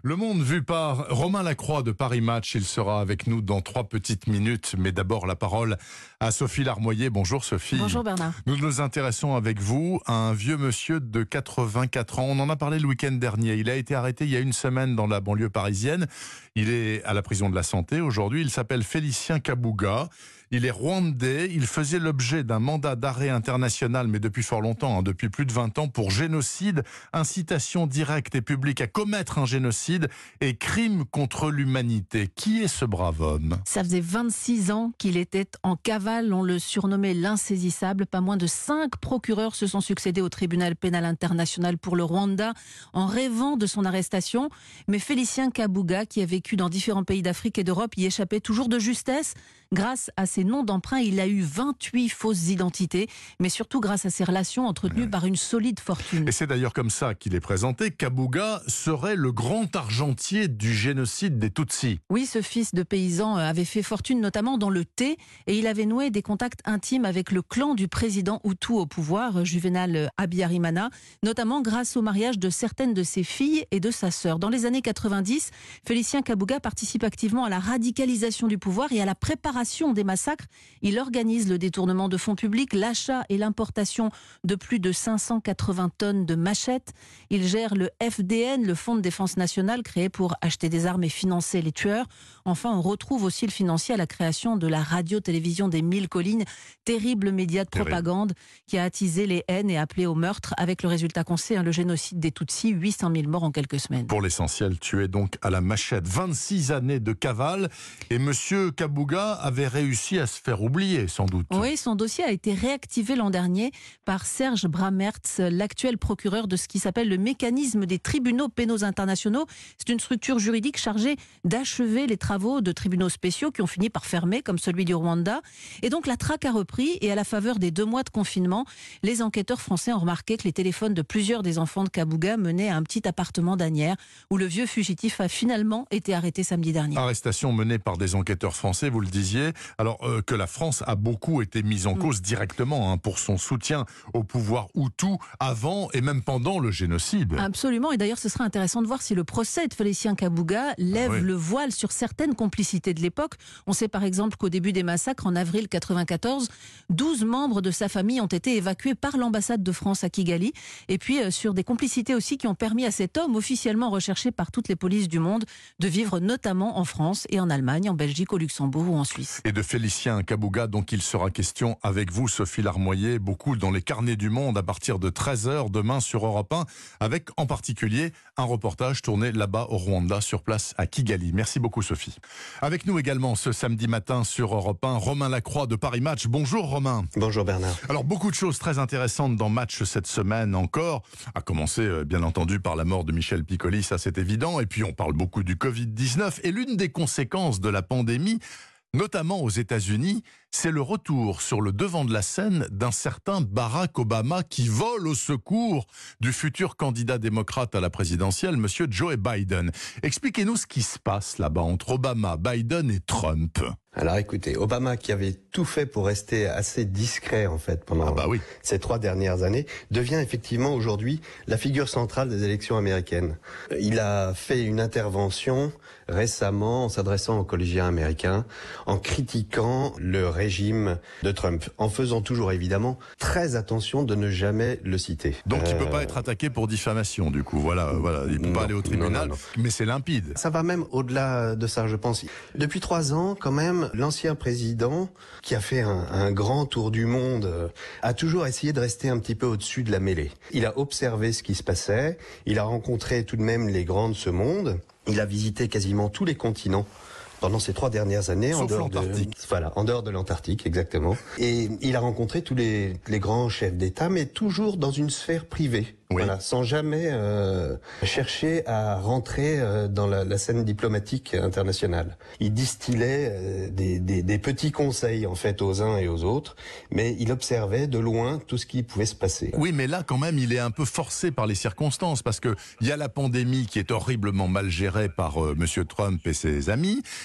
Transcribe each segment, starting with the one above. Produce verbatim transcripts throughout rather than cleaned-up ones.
Le Monde vu par Romain Lacroix de Paris Match. Il sera avec nous dans trois petites minutes. Mais d'abord, la parole à Sophie Larmoyer. Bonjour Sophie. Bonjour Bernard. Nous nous intéressons avec vous à un vieux monsieur de quatre-vingt-quatre ans. On en a parlé le week-end dernier. Il a été arrêté il y a une semaine dans la banlieue parisienne. Il est à la prison de la Santé aujourd'hui. Il s'appelle Félicien Kabuga. Il est rwandais. Il faisait l'objet d'un mandat d'arrêt international, mais depuis fort longtemps, hein, depuis plus de vingt ans, pour génocide, incitation directe et publique à commettre un génocide et crime contre l'humanité. Qui est ce brave homme ? Ça faisait vingt-six ans qu'il était en cavale. On le surnommait l'insaisissable. Pas moins de cinq procureurs se sont succédés au tribunal pénal international pour le Rwanda en rêvant de son arrestation. Mais Félicien Kabuga, qui a vécu dans différents pays d'Afrique et d'Europe, y échappait toujours de justesse. Grâce à ses noms d'emprunt, il a eu vingt-huit fausses identités, mais surtout grâce à ses relations entretenues ouais. par une solide fortune. Et c'est d'ailleurs comme ça qu'il est présenté. Kabuga serait le grand argentier du génocide des Tutsis. Oui, ce fils de paysan avait fait fortune notamment dans le thé et il avait noué des contacts intimes avec le clan du président Hutu au pouvoir, Juvenal Habyarimana, notamment grâce au mariage de certaines de ses filles et de sa sœur. Dans les années quatre-vingt-dix, Félicien Kabuga participe activement à la radicalisation du pouvoir et à la préparation des massacres. Il organise le détournement de fonds publics, l'achat et l'importation de plus de cinq cent quatre-vingts tonnes de machettes. Il gère le F D N, le Fonds de défense nationale, créé pour acheter des armes et financer les tueurs. Enfin, on retrouve aussi le financier à la création de la radio-télévision des Mille Collines, terrible média de propagande qui a attisé les haines et appelé au meurtre, avec le résultat qu'on sait, hein, le génocide des Tutsis, huit cent mille morts en quelques semaines. Pour l'essentiel, tué donc à la machette. vingt-six années de cavale et monsieur Kabuga avait réussi à se faire oublier, sans doute. Oui, son dossier a été réactivé l'an dernier par Serge Bramertz, l'actuel procureur de ce qui s'appelle le mécanisme des tribunaux pénaux internationaux. C'est une structure juridique chargée d'achever les travaux de tribunaux spéciaux qui ont fini par fermer, comme celui du Rwanda. Et donc la traque a repris et à la faveur des deux mois de confinement, les enquêteurs français ont remarqué que les téléphones de plusieurs des enfants de Kabuga menaient à un petit appartement d'Asnières où le vieux fugitif a finalement été arrêté samedi dernier. Arrestation menée par des enquêteurs français, vous le disiez. Alors euh, que la France a beaucoup été mise en cause mmh. directement hein, pour son soutien au pouvoir Hutu avant et même pendant le génocide. Absolument, et d'ailleurs ce sera intéressant de voir si le procès de Félicien Kabuga lève ah oui. le voile sur certaines complicités de l'époque. On sait par exemple qu'au début des massacres, en avril quatre-vingt-quatorze, douze membres de sa famille ont été évacués par l'ambassade de France à Kigali. Et puis euh, sur des complicités aussi qui ont permis à cet homme, officiellement recherché par toutes les polices du monde, de vivre notamment en France et en Allemagne, en Belgique, au Luxembourg ou en Suisse. Et de Félicien Kabuga, donc il sera question avec vous, Sophie Larmoyer, beaucoup dans les carnets du monde à partir de treize heures demain sur Europe un, avec en particulier un reportage tourné là-bas au Rwanda, sur place à Kigali. Merci beaucoup Sophie. Avec nous également ce samedi matin sur Europe un, Romain Lacroix de Paris Match. Bonjour Romain. Bonjour Bernard. Alors beaucoup de choses très intéressantes dans Match cette semaine encore, à commencer bien entendu par la mort de Michel Piccoli, ça c'est évident, et puis on parle beaucoup du covid dix-neuf et l'une des conséquences de la pandémie, notamment aux États-Unis, c'est le retour sur le devant de la scène d'un certain Barack Obama qui vole au secours du futur candidat démocrate à la présidentielle, monsieur Joe Biden. Expliquez-nous ce qui se passe là-bas entre Obama, Biden et Trump. Alors écoutez, Obama qui avait tout fait pour rester assez discret en fait pendant ah bah oui. ces trois dernières années, devient effectivement aujourd'hui la figure centrale des élections américaines. Il a fait une intervention récemment en s'adressant aux collégiens américains, en critiquant le régime de Trump, en faisant toujours évidemment très attention de ne jamais le citer. Donc euh... il ne peut pas être attaqué pour diffamation du coup, voilà, voilà. il ne peut non, pas aller au tribunal, non, non, non. mais c'est limpide. Ça va même au-delà de ça je pense. Depuis trois ans quand même, l'ancien président, qui a fait un, un grand tour du monde, a toujours essayé de rester un petit peu au-dessus de la mêlée. Il a observé ce qui se passait, il a rencontré tout de même les grands de ce monde, il a visité quasiment tous les continents pendant ces trois dernières années. Sauf en dehors l'Antarctique. De, voilà, en dehors de l'Antarctique, exactement. Et il a rencontré tous les, les grands chefs d'État, mais toujours dans une sphère privée. Oui. Voilà, sans jamais euh, chercher à rentrer euh, dans la, la scène diplomatique internationale. Il distillait euh, des, des, des petits conseils en fait aux uns et aux autres, mais il observait de loin tout ce qui pouvait se passer. Oui, mais là quand même, il est un peu forcé par les circonstances parce que il y a la pandémie qui est horriblement mal gérée par euh, Monsieur Trump et ses amis,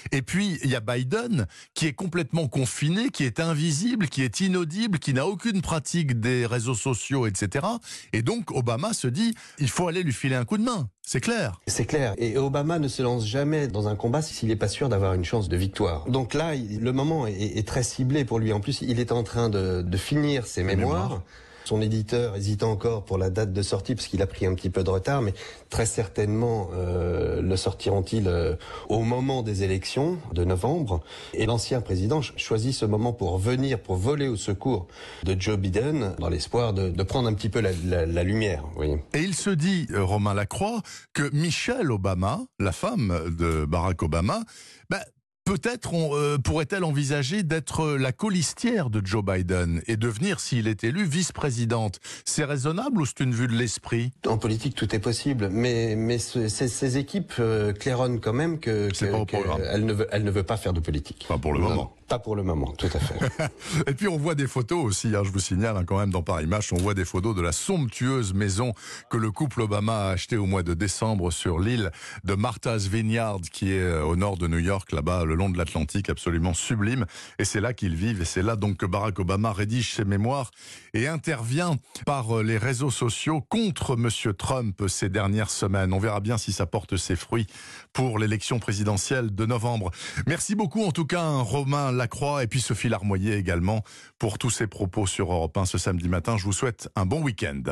Et puis, il y a Biden qui est complètement confiné, qui est invisible, qui est inaudible, qui n'a aucune pratique des réseaux sociaux, et cetera. Et donc, Obama se dit, il faut aller lui filer un coup de main. C'est clair. C'est clair. Et Obama ne se lance jamais dans un combat s'il n'est pas sûr d'avoir une chance de victoire. Donc là, le moment est, est très ciblé pour lui. En plus, il est en train de, de finir ses mémoires. mémoires. Son éditeur hésite encore pour la date de sortie parce qu'il a pris un petit peu de retard, mais très certainement euh, le sortiront-ils euh, au moment des élections de novembre. Et l'ancien président choisit ce moment pour venir, pour voler au secours de Joe Biden, dans l'espoir de, de prendre un petit peu la, la, la lumière. Oui. Et il se dit, euh, Romain Lacroix, que Michelle Obama, la femme de Barack Obama, bah, peut-être euh, pourrait-elle envisager d'être la colistière de Joe Biden et devenir, s'il est élu, vice-présidente. C'est raisonnable ou c'est une vue de l'esprit? En politique, tout est possible, mais, mais ce, ces, ces équipes euh, claironnent quand même que, que, pas au programme. que elle, ne veut, elle ne veut pas faire de politique. Pas pour le non, moment. Pas pour le moment, tout à fait. Et puis on voit des photos aussi, hein, je vous signale hein, quand même dans Paris Match, on voit des photos de la somptueuse maison que le couple Obama a achetée au mois de décembre sur l'île de Martha's Vineyard, qui est au nord de New York, là-bas, le long de l'Atlantique, absolument sublime. Et c'est là qu'ils vivent, et c'est là donc que Barack Obama rédige ses mémoires et intervient par les réseaux sociaux contre Monsieur Trump ces dernières semaines. On verra bien si ça porte ses fruits pour l'élection présidentielle de novembre. Merci beaucoup en tout cas, hein, Romain Lacroix et puis Sophie Larmoyer également pour tous ces propos sur Europe un ce samedi matin. Je vous souhaite un bon week-end.